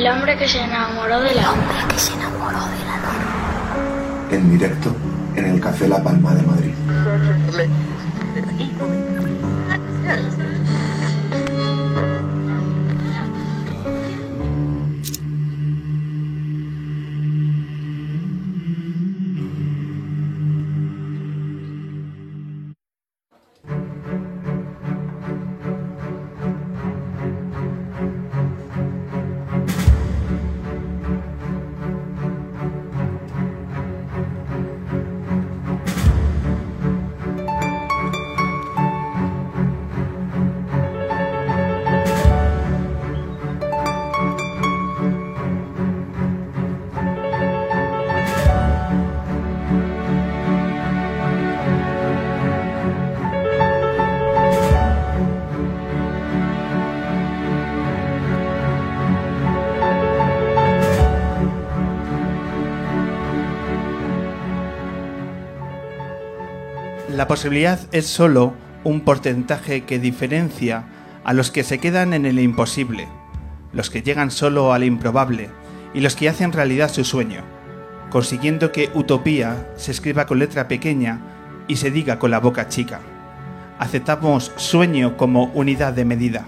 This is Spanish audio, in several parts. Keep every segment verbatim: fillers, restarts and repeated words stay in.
El hombre que se enamoró de la El hombre que se enamoró de la luna. En directo en el Café La Palma de Madrid. La posibilidad es solo un porcentaje que diferencia a los que se quedan en el imposible, los que llegan solo al improbable y los que hacen realidad su sueño, consiguiendo que utopía se escriba con letra pequeña y se diga con la boca chica. Aceptamos sueño como unidad de medida.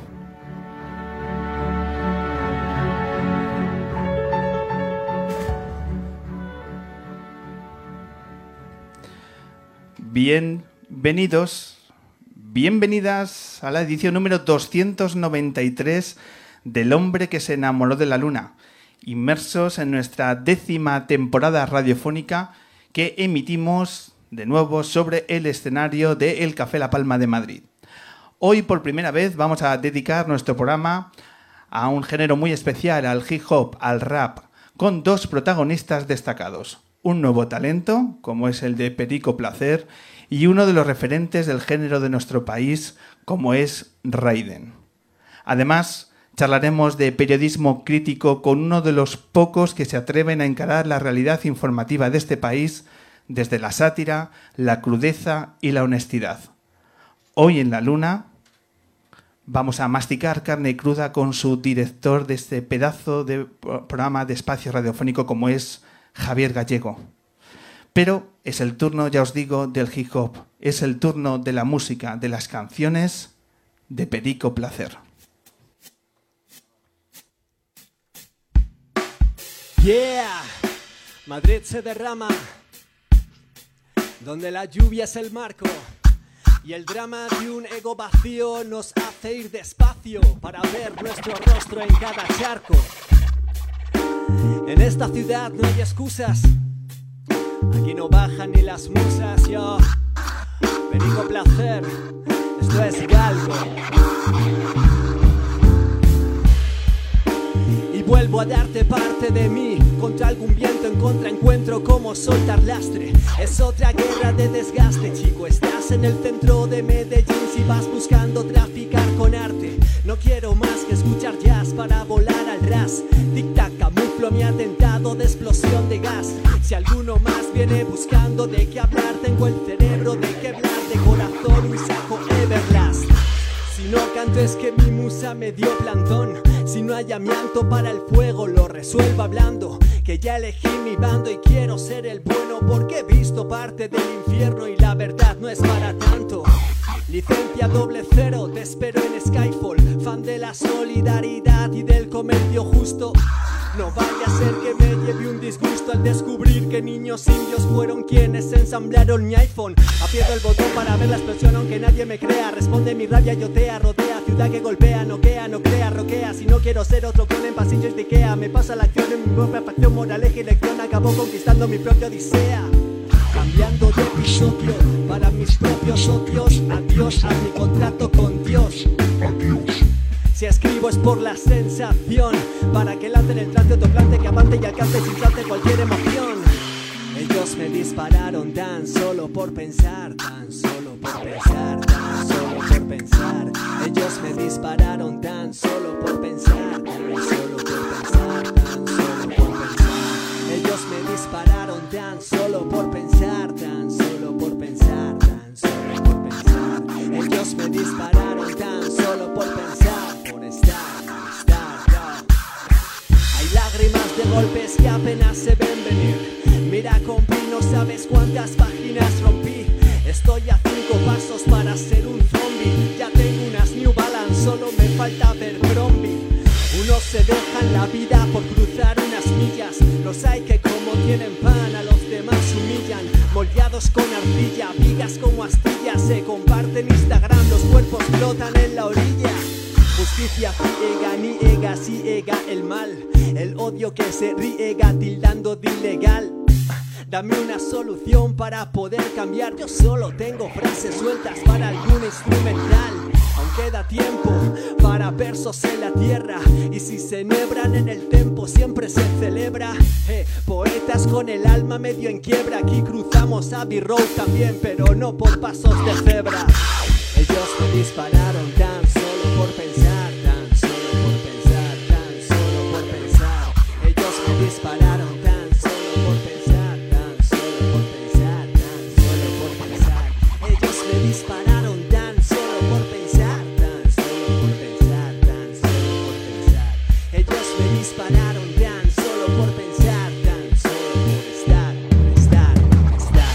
Bienvenidos, bienvenidas a la edición número doscientos noventa y tres del hombre que se enamoró de la luna, inmersos en nuestra décima temporada radiofónica que emitimos de nuevo sobre el escenario de El Café La Palma de Madrid. Hoy por primera vez vamos a dedicar nuestro programa a un género muy especial, al hip hop, al rap, con dos protagonistas destacados. Un nuevo talento, como es el de Perico Placer, y uno de los referentes del género de nuestro país, como es Raiden. Además, charlaremos de periodismo crítico con uno de los pocos que se atreven a encarar la realidad informativa de este país desde la sátira, la crudeza y la honestidad. Hoy en La Luna vamos a masticar carne cruda con su director de este pedazo de programa de espacio radiofónico como es Javier Gallego. Pero es el turno, ya os digo, del hip hop. Es el turno de la música, de las canciones de Perico Placer. Yeah, Madrid se derrama, donde la lluvia es el marco y el drama de un ego vacío nos hace ir despacio para ver nuestro rostro en cada charco. En esta ciudad no hay excusas, aquí no bajan ni las musas. Yo, Perico Placer, esto es Galgo. Y vuelvo a darte parte de mí, contra algún viento en contra encuentro como soltar lastre. Es otra guerra de desgaste, chico, estás en el centro de Medellín si vas buscando traficar con arte. No quiero más que escuchar jazz para volar al ras. Tic-tac, camuflo mi atentado de explosión de gas. Si alguno más viene buscando de qué hablar, tengo el cerebro de quebrar, de corazón un saco Everlast. Si no canto es que mi musa me dio plantón. Si no hay amianto para el fuego, lo resuelvo hablando. Que ya elegí mi bando y quiero ser el bueno, porque he visto parte del infierno y la verdad no es para tanto. Licencia doble cero, te espero en Skyfall. Fan de la solidaridad y del comercio justo. No vaya a ser que me lleve un disgusto al descubrir que niños indios fueron quienes ensamblaron mi iPhone. Aprieto el botón para ver la explosión aunque nadie me crea. Responde mi rabia y otea, rodea, ciudad que golpea, noquea, no crea, roquea. Si no quiero ser otro clon en pasillos de Ikea, me pasa la acción en mi propia facción, moraleja y lección. Acabó conquistando mi propia odisea. Cambiando de episodio para mis propios odios. Adiós a mi contrato con Dios. Adiós. Si escribo es por la sensación, para que lancen el trance otro plante que avante y alcance sin trance cualquier emoción. Ellos me dispararon tan solo por pensar, tan solo por pensar, tan solo por pensar. Ellos me dispararon tan solo por pensar, tan solo por pensar, tan solo por pensar. Ellos me dispararon tan solo por pensar, tan solo por pensar, tan solo por pensar. Ellos me dispararon tan solo por pensar, por estar, por estar, yeah. se dejan la vida por cruzar unas millas. Los hay que como tienen pan a los demás humillan. Moldeados con arcilla, vigas como astillas. Se comparten Instagram, los cuerpos flotan en la orilla. Justicia, ega, niega, ciega el mal. El odio que se riega tildando de ilegal. Dame una solución para poder cambiar. Yo solo tengo frases sueltas para algún instrumental. Aún queda tiempo para versos en la tierra. Y si se enhebran en el tempo siempre se celebra. eh, Poetas con el alma medio en quiebra. Aquí cruzamos Abbey Road también, pero no por pasos de cebra. Ellos me dispararon tan solo por pensar. Tan solo por pensar, tan solo por pensar. Ellos me dispararon tan solo por pensar. Tan solo por pensar, tan solo por pensar. Ellos me dispararon tan solo por pensar. Tan solo por pensar, tan solo por pensar. Ellos me dispararon tan solo por pensar. Tan solo por estar, por estar, por estar.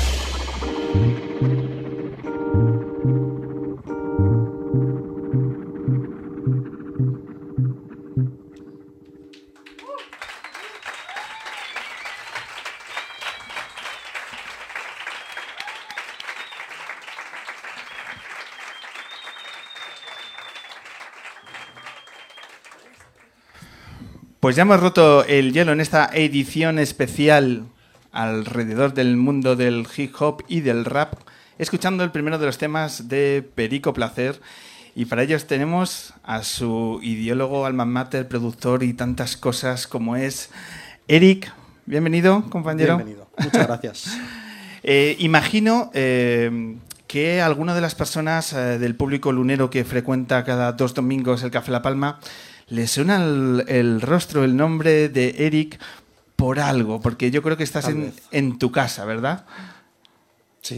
Pues ya hemos roto el hielo en esta edición especial alrededor del mundo del hip hop y del rap, escuchando el primero de los temas de Perico Placer. Y para ellos tenemos a su ideólogo, alma mater, productor y tantas cosas como es Eric. Bienvenido, compañero. Bienvenido, muchas gracias. eh, imagino eh, que alguna de las personas eh, del público lunero que frecuenta cada dos domingos el Café La Palma le suena el, el rostro, el nombre de Eric por algo, porque yo creo que estás en, en tu casa, ¿verdad? Sí.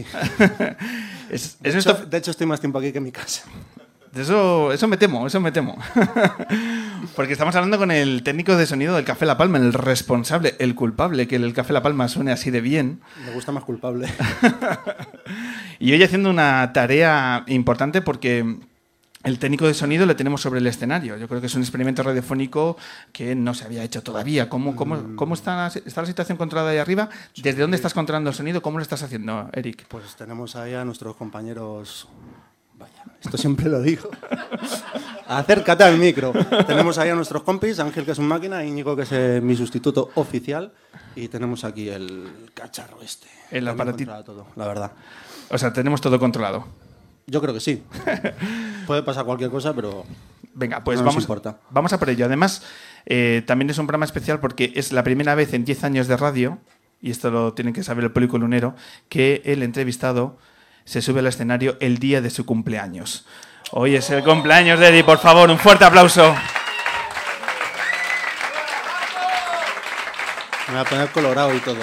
es, de, es hecho, esto... de hecho, estoy más tiempo aquí que en mi casa. Eso, eso me temo, eso me temo. Porque estamos hablando con el técnico de sonido del Café La Palma, el responsable, el culpable, que el Café La Palma suene así de bien. Me gusta más culpable. Y hoy haciendo una tarea importante porque el técnico de sonido lo tenemos sobre el escenario. Yo creo que es un experimento radiofónico que no se había hecho todavía. ¿Cómo, cómo, cómo está, está la situación controlada ahí arriba? ¿Desde dónde estás controlando el sonido? ¿Cómo lo estás haciendo, Eric? Pues tenemos ahí a nuestros compañeros... Vaya, esto siempre lo digo. Acércate al micro. Tenemos ahí a nuestros compis, Ángel, que es un máquina, Íñigo, que es eh, mi sustituto oficial, y tenemos aquí el cacharro este. El aparatito. Todo, la verdad. O sea, tenemos todo controlado. Yo creo que sí. Puede pasar cualquier cosa, pero venga, pues no vamos, nos importa. Vamos a por ello. Además, eh, también es un programa especial porque es la primera vez en diez años de radio, y esto lo tiene que saber el público lunero, que el entrevistado se sube al escenario el día de su cumpleaños. Hoy es el cumpleaños de Eddie, por favor, un fuerte aplauso. Me voy a poner colorado y todo.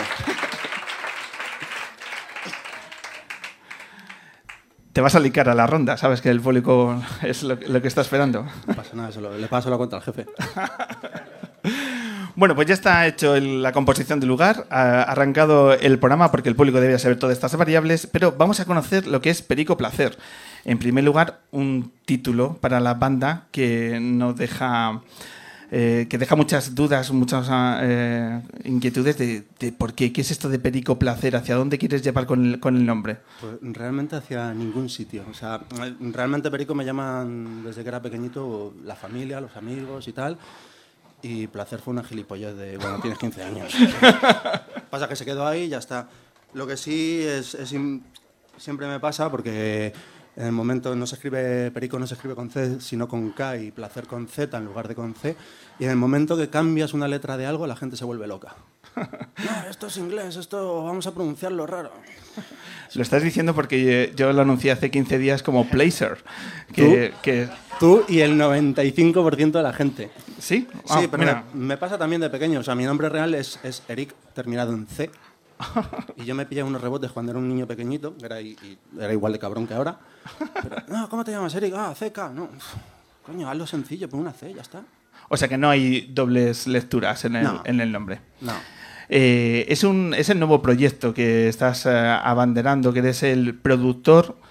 Te vas a licar a la ronda, sabes que el público es lo, lo que está esperando. No pasa nada, se lo, le paso la cuenta al jefe. Bueno, pues ya está hecho el, la composición del lugar, ha arrancado el programa porque el público debe saber todas estas variables, pero vamos a conocer lo que es Perico Placer. En primer lugar, un título para la banda que no deja... Eh, que deja muchas dudas, muchas eh, inquietudes de, de por qué, qué es esto de Perico Placer, hacia dónde quieres llevar con el, con el nombre. Pues realmente hacia ningún sitio. O sea, realmente Perico me llaman desde que era pequeñito la familia, los amigos y tal. Y Placer fue una gilipollez de, bueno, tienes quince años. Pasa que se quedó ahí y ya está. Lo que sí es, es siempre me pasa porque... En el momento no se escribe, Perico no se escribe con C, sino con K, y Placer con Z en lugar de con C. Y en el momento que cambias una letra de algo, la gente se vuelve loca. No, esto es inglés, esto vamos a pronunciarlo raro. Lo estás diciendo porque yo lo anuncié hace quince días como Placer. Que, ¿Tú? que... Tú y el noventa y cinco por ciento de la gente. ¿Sí? Sí, Ah, pero mira. me, me pasa también de pequeño. O sea, mi nombre real es, es Eric, terminado en C. Y yo me pillé unos rebotes cuando era un niño pequeñito, que era, y, y era igual de cabrón que ahora. Pero, no, ¿cómo te llamas, Eric? Ah, C K. No, uf, coño, hazlo sencillo, pon una C, ya está. O sea que no hay dobles lecturas en el, No. en el nombre. No. Eh, es, un, es el nuevo proyecto que estás eh, abanderando, que eres el productor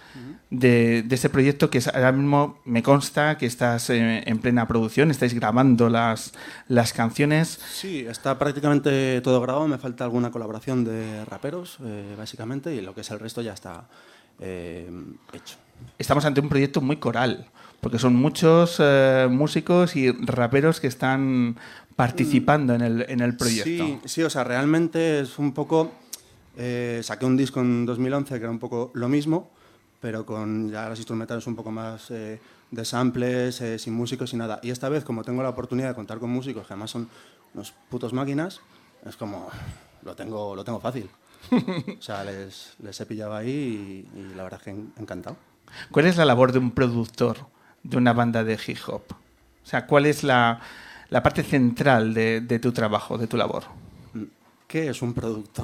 de, de ese proyecto que es, ahora mismo me consta que estás en, en plena producción, estáis grabando las, las canciones. Sí, está prácticamente todo grabado, me falta alguna colaboración de raperos, eh, básicamente, y lo que es el resto ya está eh, hecho. Estamos ante un proyecto muy coral, porque son muchos eh, músicos y raperos que están participando en el, en el proyecto. Sí, sí, o sea, realmente es un poco... Eh, saqué un disco en dos mil once que era un poco lo mismo, pero con ya las instrumentales un poco más eh, de samples, eh, sin músicos y nada. Y esta vez, como tengo la oportunidad de contar con músicos, que además son unos putos máquinas, es como, lo tengo, lo tengo fácil. O sea, les, les he pillado ahí y, y la verdad es que encantado. ¿Cuál es la labor de un productor de una banda de hip hop? O sea, ¿cuál es la, la parte central de, de tu trabajo, de tu labor? ¿Qué es un productor?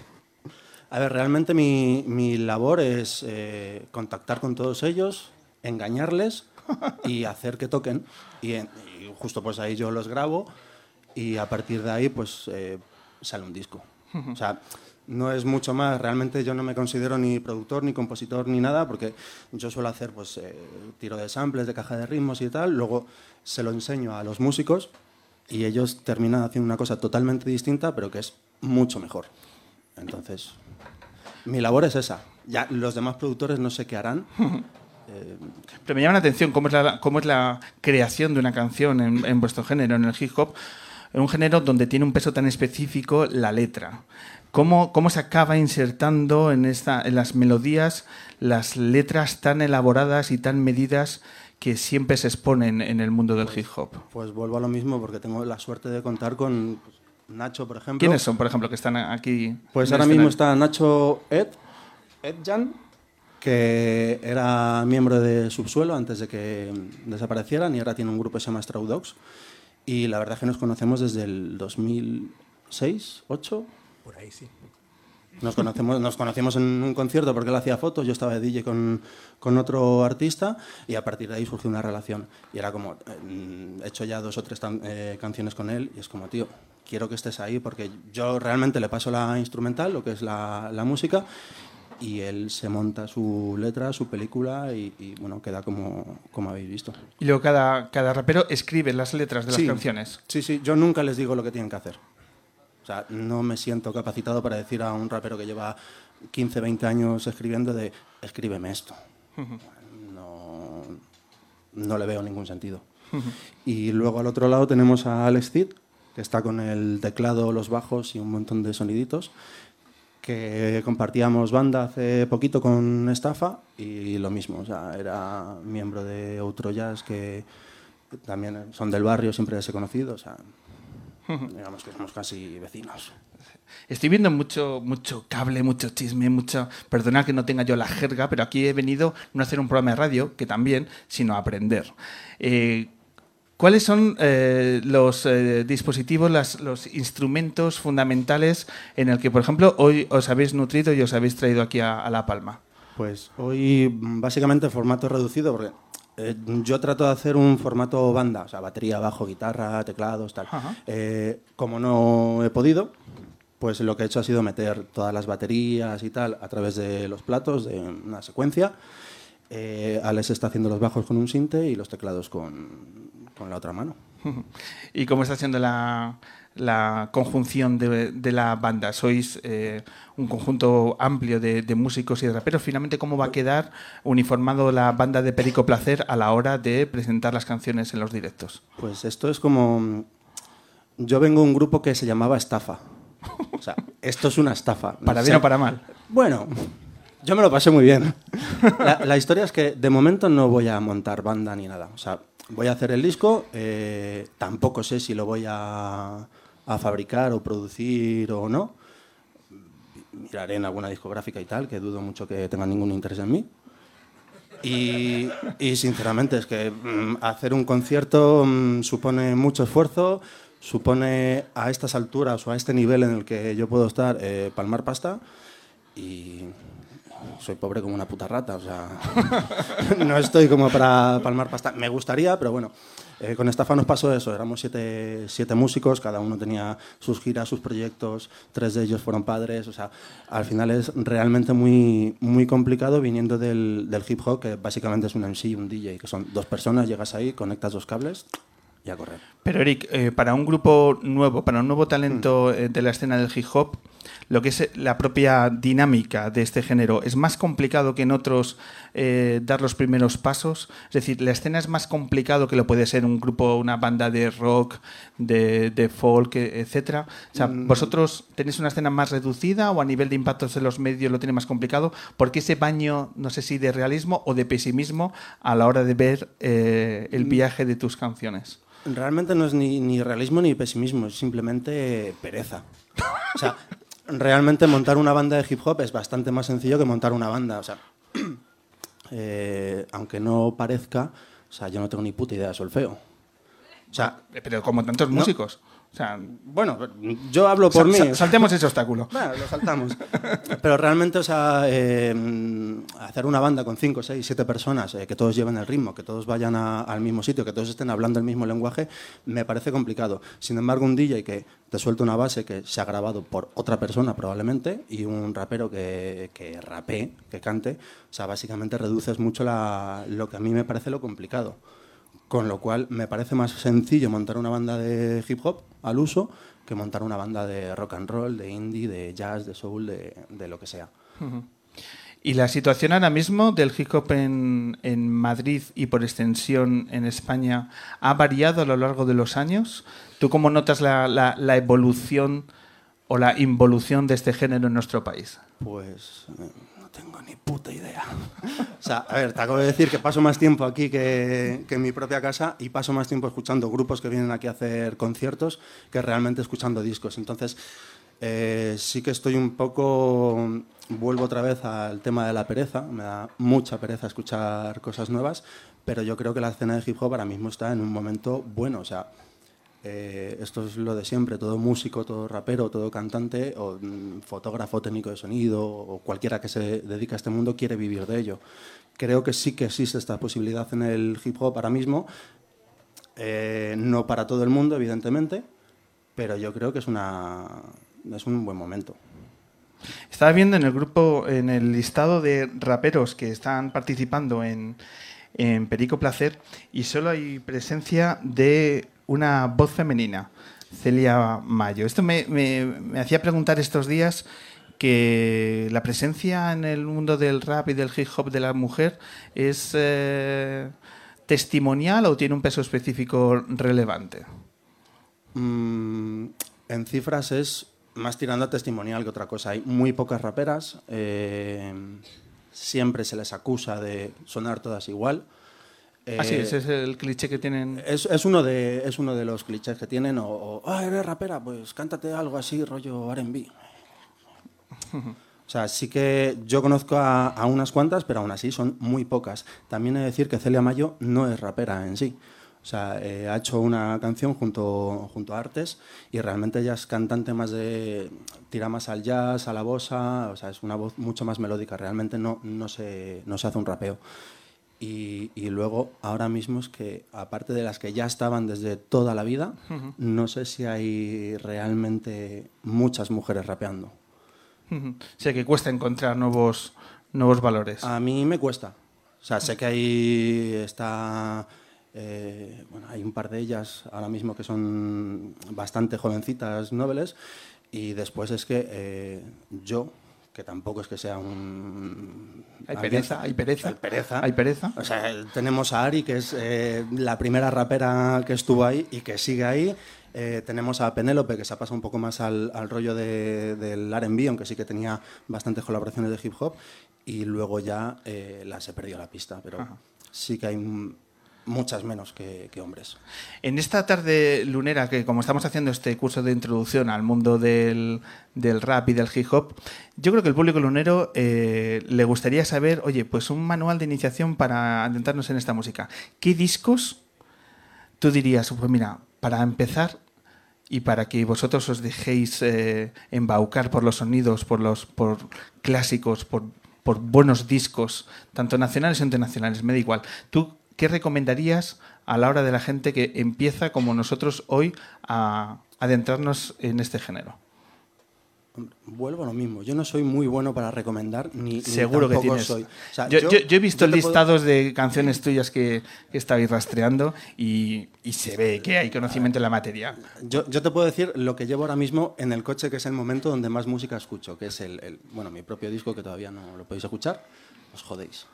A ver, realmente mi, mi labor es eh, contactar con todos ellos, engañarles y hacer que toquen. Y, en, y justo pues ahí yo los grabo y a partir de ahí pues eh, sale un disco. O sea, no es mucho más. Realmente yo no me considero ni productor, ni compositor, ni nada, porque yo suelo hacer pues eh, tiro de samples, de caja de ritmos y tal. Luego se lo enseño a los músicos y ellos terminan haciendo una cosa totalmente distinta, pero que es mucho mejor. Entonces... mi labor es esa. Ya los demás productores no sé qué harán. eh... Pero me llama la atención cómo es la, cómo es la creación de una canción en, en vuestro género, en el hip hop, en un género donde tiene un peso tan específico la letra. ¿Cómo, cómo se acaba insertando en, esta, en las melodías las letras tan elaboradas y tan medidas que siempre se exponen en el mundo del pues, hip hop? Pues vuelvo a lo mismo, porque tengo la suerte de contar con... Pues, Nacho, por ejemplo. ¿Quiénes son, por ejemplo, que están aquí? Pues ahora mismo está Nacho Ed, Edjan, que era miembro de Subsuelo antes de que desaparecieran y ahora tiene un grupo que se llama Straw Dogs. Y la verdad es que nos conocemos desde el dos mil seis, ocho. Por ahí sí. Nos conocemos, nos conocimos en un concierto porque él hacía fotos, yo estaba de D J con, con otro artista y a partir de ahí surgió una relación. Y era como, eh, he hecho ya dos o tres tan, eh, canciones con él y es como, tío, quiero que estés ahí porque yo realmente le paso la instrumental, lo que es la, la música, y él se monta su letra, su película y, y bueno, queda como, como habéis visto. Y luego cada, cada rapero escribe las letras de las sí, canciones. Sí, sí, yo nunca les digo lo que tienen que hacer. O sea, no me siento capacitado para decir a un rapero que lleva quince, veinte años escribiendo de escríbeme esto. Uh-huh. No, no le veo ningún sentido. Uh-huh. Y luego al otro lado tenemos a Alex Cid, que está con el teclado, los bajos y un montón de soniditos, que compartíamos banda hace poquito con Estafa y lo mismo, o sea, era miembro de Outro Jazz, que también son del barrio, siempre les he conocido, o sea... digamos que somos casi vecinos. Estoy viendo mucho, mucho cable, mucho chisme, mucho... Perdonad que no tenga yo la jerga, pero aquí he venido no a hacer un programa de radio, que también, sino a aprender. Eh, ¿Cuáles son eh, los eh, dispositivos, las, los instrumentos fundamentales en el que, por ejemplo, hoy os habéis nutrido y os habéis traído aquí a, a La Palma? Pues hoy, básicamente, formato reducido, porque... Eh, yo trato de hacer un formato banda, o sea, batería, bajo, guitarra, teclados, tal. Eh, como no he podido, pues lo que he hecho ha sido meter todas las baterías y tal a través de los platos de una secuencia. Eh, Alex está haciendo los bajos con un sinte y los teclados con, con la otra mano. ¿Y cómo está siendo la, la conjunción de, de la banda? Sois eh, un conjunto amplio de, de músicos y de raperos. Finalmente, ¿cómo va a quedar uniformado la banda de Perico Placer a la hora de presentar las canciones en los directos? Pues esto es como... Yo vengo de un grupo que se llamaba Estafa. O sea, esto es una estafa. ¿Para bien o para mal? Bueno, yo me lo pasé muy bien. La, la historia es que de momento no voy a montar banda ni nada. O sea, voy a hacer el disco, eh, tampoco sé si lo voy a, a fabricar o producir o no. Miraré en alguna discográfica y tal, que dudo mucho que tengan ningún interés en mí. Y, y sinceramente es que mm, hacer un concierto mm, supone mucho esfuerzo, supone a estas alturas o a este nivel en el que yo puedo estar, eh, palmar pasta, y soy pobre como una puta rata, o sea, no estoy como para palmar pasta. Me gustaría, pero bueno, Eh, con Estafa nos pasó eso, éramos siete, siete músicos, cada uno tenía sus giras, sus proyectos, tres de ellos fueron padres, o sea, al final es realmente muy, muy complicado viniendo del, del hip hop, que básicamente es un M C y un D J, que son dos personas, llegas ahí, conectas dos cables y a correr. Pero Eric, eh, para un grupo nuevo, para un nuevo talento eh, de la escena del hip hop, lo que es la propia dinámica de este género, ¿es más complicado que en otros eh, dar los primeros pasos? Es decir, ¿la escena es más complicado que lo puede ser un grupo, una banda de rock, de, de folk, etcétera? O sea, Mm. ¿vosotros tenéis una escena más reducida o a nivel de impactos en los medios lo tiene más complicado? ¿Por qué ese baño, no sé si de realismo o de pesimismo a la hora de ver eh, el viaje de tus canciones? Realmente no es ni, ni realismo ni pesimismo, es simplemente pereza. O sea, realmente montar una banda de hip hop es bastante más sencillo que montar una banda. O sea, eh, aunque no parezca, o sea, yo no tengo ni puta idea de solfeo. O sea, Pero como tantos no. músicos. O sea, bueno, yo hablo por sal- mí. sal- saltemos ese obstáculo. Bueno, lo saltamos. Pero realmente, o sea, eh, hacer una banda con cinco, seis, siete personas, eh, que todos lleven el ritmo, que todos vayan a- al mismo sitio, que todos estén hablando el mismo lenguaje, me parece complicado. Sin embargo, un D J que te suelta una base que se ha grabado por otra persona probablemente y un rapero que, que rapee, que cante, o sea, básicamente reduces mucho la, lo que a mí me parece lo complicado. Con lo cual, me parece más sencillo montar una banda de hip hop al uso que montar una banda de rock and roll, de indie, de jazz, de soul, de, de lo que sea. ¿Y la situación ahora mismo del hip hop en, en Madrid y por extensión en España ha variado a lo largo de los años? ¿Tú cómo notas la, la, la evolución o la involución de este género en nuestro país? Pues eh, no tengo ni puta idea. O sea, a ver, te acabo de decir que paso más tiempo aquí que, que en mi propia casa y paso más tiempo escuchando grupos que vienen aquí a hacer conciertos que realmente escuchando discos. Entonces, eh, sí que estoy un poco... Vuelvo otra vez al tema de la pereza. Me da mucha pereza escuchar cosas nuevas, pero yo creo que la escena de hip hop ahora mismo está en un momento bueno. O sea, eh, esto es lo de siempre. Todo músico, todo rapero, todo cantante o mm, fotógrafo, técnico de sonido o cualquiera que se dedique a este mundo quiere vivir de ello. Creo que sí que existe esta posibilidad en el hip hop ahora mismo. Eh, no para todo el mundo, evidentemente, pero yo creo que es, una, es un buen momento. Estaba viendo en el grupo, en el listado de raperos que están participando en, en Perico Placer y solo hay presencia de una voz femenina, Celia Mayo. Esto me, me, me hacía preguntar estos días que la presencia en el mundo del rap y del hip hop de la mujer es eh, testimonial o tiene un peso específico relevante. Mm, en cifras es más tirando a testimonial que otra cosa. Hay muy pocas raperas, eh, siempre se les acusa de sonar todas igual. Eh, Así es, es el cliché que tienen. Es, es, uno de, es uno de los clichés que tienen, o, o ah, eres rapera, pues cántate algo así, rollo R and B. O sea, sí que yo conozco a, a unas cuantas, pero aún así son muy pocas. También he de decir que Celia Mayo no es rapera en sí. O sea, eh, ha hecho una canción junto, junto a Artes y realmente ella es cantante más de... tira más al jazz, a la bossa, o sea, es una voz mucho más melódica. Realmente no, no, se, no se hace un rapeo. Y, y luego, ahora mismo es que, aparte de las que ya estaban desde toda la vida, uh-huh. no sé si hay realmente muchas mujeres rapeando. Uh-huh. O sea, que cuesta encontrar nuevos, nuevos valores. A mí me cuesta. O sea, sé que ahí está... Eh, bueno, hay un par de ellas ahora mismo que son bastante jovencitas noveles y después es que eh, yo, que tampoco es que sea un... Hay pereza, hay pereza. Hay pereza. Hay pereza. O sea, tenemos a Ari, que es eh, la primera rapera que estuvo ahí y que sigue ahí. Eh, tenemos a Penélope, que se ha pasado un poco más al, al rollo de, del R and B, aunque sí que tenía bastantes colaboraciones de hip hop. Y luego ya eh, las he perdido la pista, pero Ajá. sí que hay... muchas menos que, que hombres. En esta tarde lunera, que como estamos haciendo este curso de introducción al mundo del, del rap y del hip hop, yo creo que el público lunero eh, le gustaría saber, oye, pues un manual de iniciación para adentrarnos en esta música. ¿Qué discos tú dirías, pues mira, para empezar y para que vosotros os dejéis eh, embaucar por los sonidos, por los por clásicos, por, por buenos discos, tanto nacionales o internacionales, me da igual. ¿Tú ¿qué recomendarías a la hora de la gente que empieza, como nosotros hoy, a adentrarnos en este género? Vuelvo a lo mismo. Yo no soy muy bueno para recomendar, ni, Seguro ni tampoco que tienes. soy. O sea, yo, yo, yo, yo he visto yo te listados puedo... de canciones tuyas que, que estabais rastreando y, y se ve que hay conocimiento en la materia. Yo, yo te puedo decir lo que llevo ahora mismo en el coche, que es el momento donde más música escucho, que es el, el bueno, mi propio disco, que todavía no lo podéis escuchar. Os jodéis.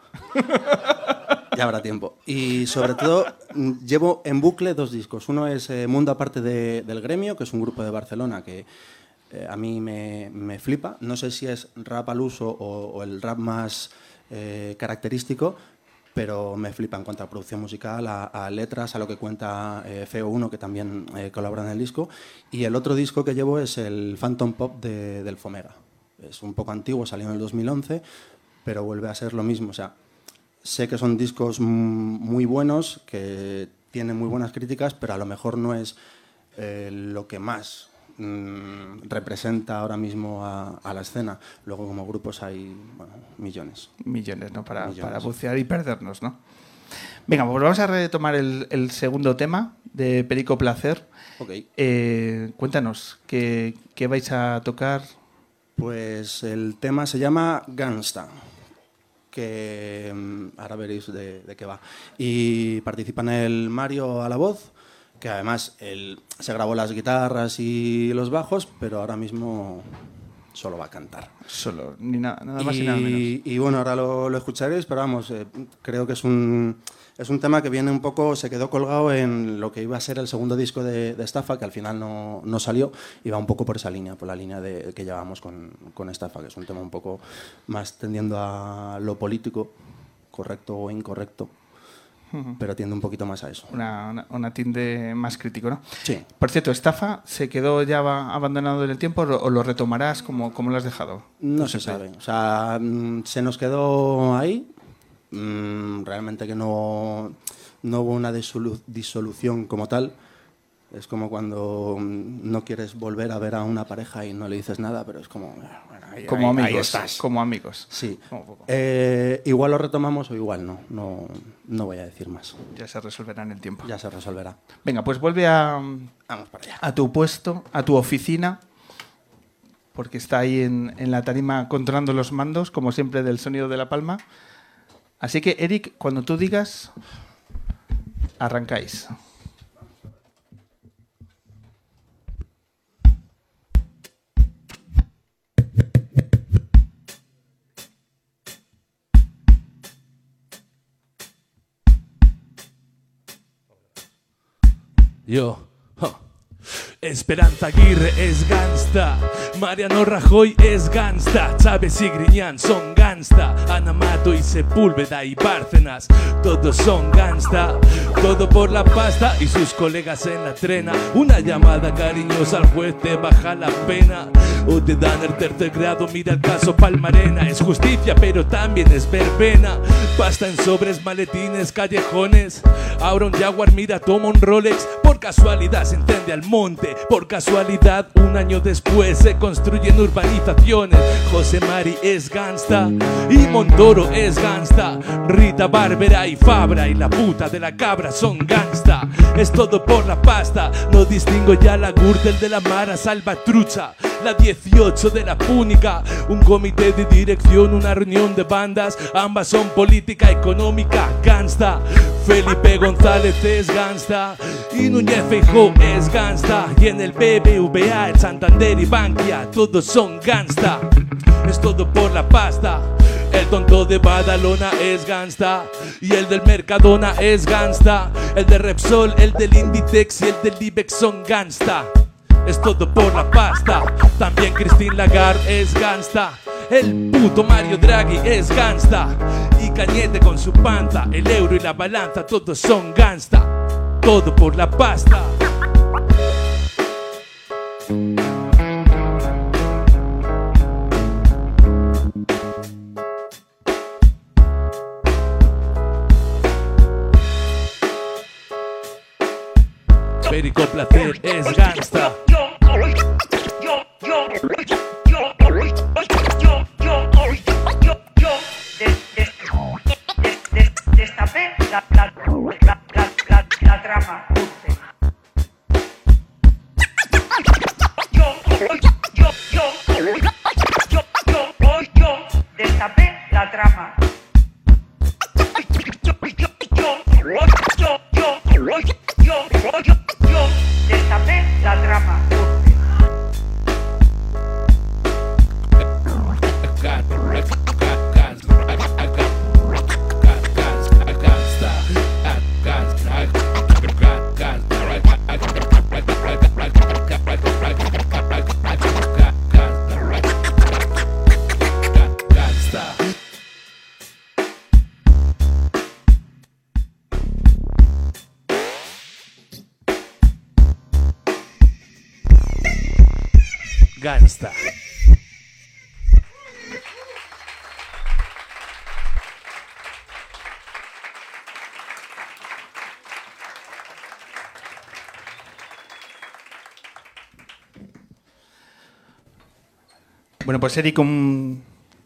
Ya habrá tiempo. Y sobre todo, llevo en bucle dos discos. Uno es eh, Mundo Aparte de, del Gremio, que es un grupo de Barcelona que eh, a mí me, me flipa. No sé si es rap al uso o, o el rap más eh, característico, pero me flipa en cuanto a producción musical, a, a letras, a lo que cuenta eh, Feo uno, que también eh, colabora en el disco. Y el otro disco que llevo es el Phantom Pop de, del Fomega. Es un poco antiguo, salió en el dos mil once, pero vuelve a ser lo mismo. O sea, sé que son discos muy buenos, que tienen muy buenas críticas, pero a lo mejor no es eh, lo que más mmm, representa ahora mismo a, a la escena. Luego, como grupos, hay bueno, millones. Millones, ¿no? Para, millones. para bucear y perdernos, ¿no? Venga, pues vamos a retomar el, el segundo tema de Perico Placer. Okay. Eh, cuéntanos, ¿qué, ¿qué vais a tocar? Pues el tema se llama Gangsta, que ahora veréis de, de qué va. Y participa en el Mario a la voz, que además él se grabó las guitarras y los bajos, pero ahora mismo solo va a cantar. Solo, ni nada, nada más y, y nada menos. Y bueno, ahora lo, lo escucharéis, pero vamos, eh, creo que es un, es un tema que viene un poco, se quedó colgado en lo que iba a ser el segundo disco de, de Estafa, que al final no, no salió, y va un poco por esa línea, por la línea de, que llevamos con, con Estafa, que es un tema un poco más tendiendo a lo político, correcto o incorrecto, uh-huh. pero tiende un poquito más a eso. Una, una, una tinde más crítico, ¿no? Sí. Por cierto, ¿Estafa se quedó ya abandonado en el tiempo o lo retomarás? ¿Cómo, cómo lo has dejado? No, no se sabe. O sea, se nos quedó ahí. Realmente que no, no hubo una disolu- disolución como tal. Es como cuando no quieres volver a ver a una pareja y no le dices nada, pero es como... Bueno, ahí, como ahí, amigos. Ahí estás. Como amigos. Sí. Eh, igual lo retomamos o igual no. no. No voy a decir más. Ya se resolverá en el tiempo. Ya se resolverá. Venga, pues vuelve a, Vamos para allá. a tu puesto, a tu oficina, porque está ahí en, en la tarima controlando los mandos, como siempre, del sonido de la palma. Así que, Eric, cuando tú digas, arrancáis. Yo, huh. Esperanza Aguirre es gangsta, Mariano Rajoy es gangsta, Chávez y Griñán son gangsta, Ana Mato y Sepúlveda y Bárcenas, todos son gangsta, todo por la pasta y sus colegas en la trena. Una llamada cariñosa al juez te baja la pena, o te dan el tercer grado, mira el caso Palmarena. Es justicia pero también es verbena, pasta en sobres, maletines, callejones. Ahora un Jaguar, mira, toma un Rolex, por casualidad se entiende al monte. Por casualidad, un año después se construyen urbanizaciones. José Mari es gangsta y Montoro es gangsta. Rita Bárbara y Fabra y la puta de la cabra son gangsta. Es todo por la pasta, no distingo ya la Gürtel de la Mara Salvatrucha, la dieciocho de la Púnica. Un comité de dirección, una reunión de bandas, ambas son política económica gangsta. Felipe González es gangsta y Núñez Feijóo es gangsta. Y en el B B V A, el Santander y Bankia, todos son gangsta. Es todo por la pasta. El tonto de Badalona es gangsta y el del Mercadona es gangsta. El de Repsol, el del Inditex y el del Ibex son gangsta. Es todo por la pasta. También Christine Lagarde es gangsta. El puto Mario Draghi es gangsta. Y Cañete con su panta, el euro y la balanza, todos son gangsta. Todo por la pasta. Perico Placer es gangsta. Destapé la, la trama urge. Yo, yo, yo, yo, yo, yo, yo, yo, destapé la trama. Yo, yo, yo, yo, yo, yo, yo, yo, yo, yo, destapé la trama urge. Gangsta. Bueno, pues Eric, un...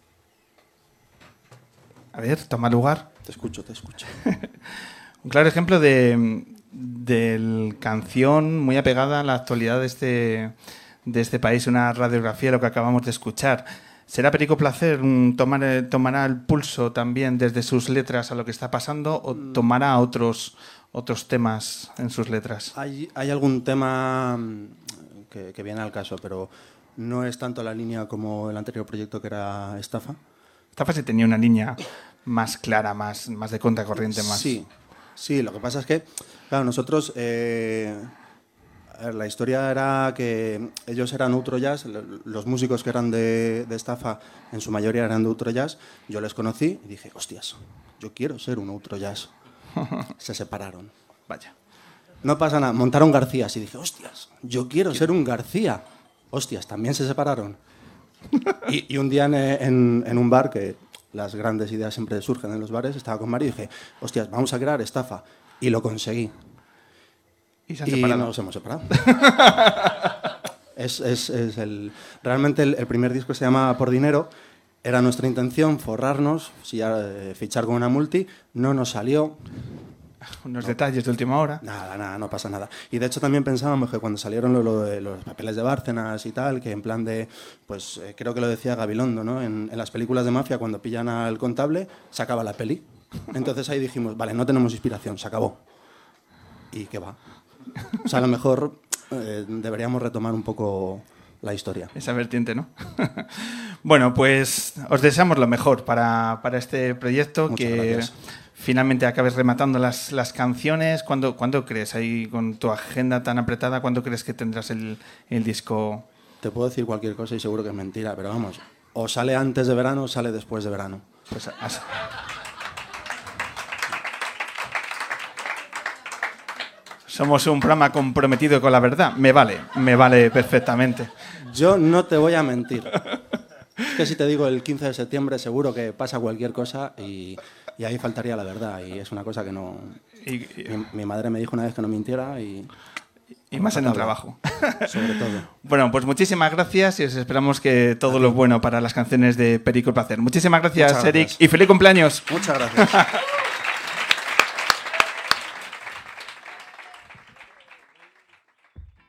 A ver, toma lugar. Te escucho, te escucho. Un claro ejemplo de, de canción muy apegada a la actualidad de este, de este país, una radiografía de lo que acabamos de escuchar. ¿Será Perico Placer un, tomar, tomará el pulso también desde sus letras a lo que está pasando o tomará otros, otros temas en sus letras? Hay, hay algún tema que, que viene al caso, pero no es tanto la línea como el anterior proyecto que era Estafa. Estafa sí tenía una línea más clara, más, más de contracorriente, más... Sí, sí, lo que pasa es que, claro, nosotros... Eh, a ver, la historia era que ellos eran Outro Jazz, los músicos que eran de, de Estafa en su mayoría eran de Outro Jazz. Yo les conocí y dije, hostias, yo quiero ser un Outro Jazz. Se separaron. Vaya. No pasa nada, montaron García y dije, hostias, yo quiero ser un García. Hostias, también se separaron. Y, y un día en, en, en un bar, que las grandes ideas siempre surgen en los bares, estaba con Mario y dije, hostias, vamos a crear Estafa. Y lo conseguí. Y, se han y separado. nos hemos separado. es, es, es el, realmente el, el primer disco se llama Por Dinero. Era nuestra intención forrarnos, si ya, eh, fichar con una multi. No nos salió. Unos no. detalles de última hora. Nada, nada, no pasa nada. Y de hecho también pensábamos que cuando salieron lo, lo de los papeles de Bárcenas y tal, que en plan de, pues eh, creo que lo decía Gabilondo, ¿no? En, en las películas de mafia, cuando pillan al contable, se acaba la peli. Entonces ahí dijimos, vale, no tenemos inspiración, se acabó. ¿Y qué va? O sea, a lo mejor eh, deberíamos retomar un poco la historia. Esa vertiente, ¿no? Bueno, pues os deseamos lo mejor para, para este proyecto. Muchas que gracias. Finalmente acabes rematando las, las canciones. ¿Cuándo, ¿Cuándo crees, ahí con tu agenda tan apretada, cuándo crees que tendrás el, el disco? Te puedo decir cualquier cosa y seguro que es mentira, pero vamos, o sale antes de verano o sale después de verano. Pues has... Somos un programa comprometido con la verdad. Me vale, me vale perfectamente. Yo no te voy a mentir. Es que si te digo el quince de septiembre seguro que pasa cualquier cosa y, y ahí faltaría la verdad. Y es una cosa que no... Y, y, mi, mi madre me dijo una vez que no mintiera y... Y más en el trabajo. Sobre todo. Bueno, pues muchísimas gracias y os esperamos que todo lo bueno para las canciones de Perico Placer. Muchísimas gracias, Muchas Eric, gracias. y feliz cumpleaños. Muchas gracias.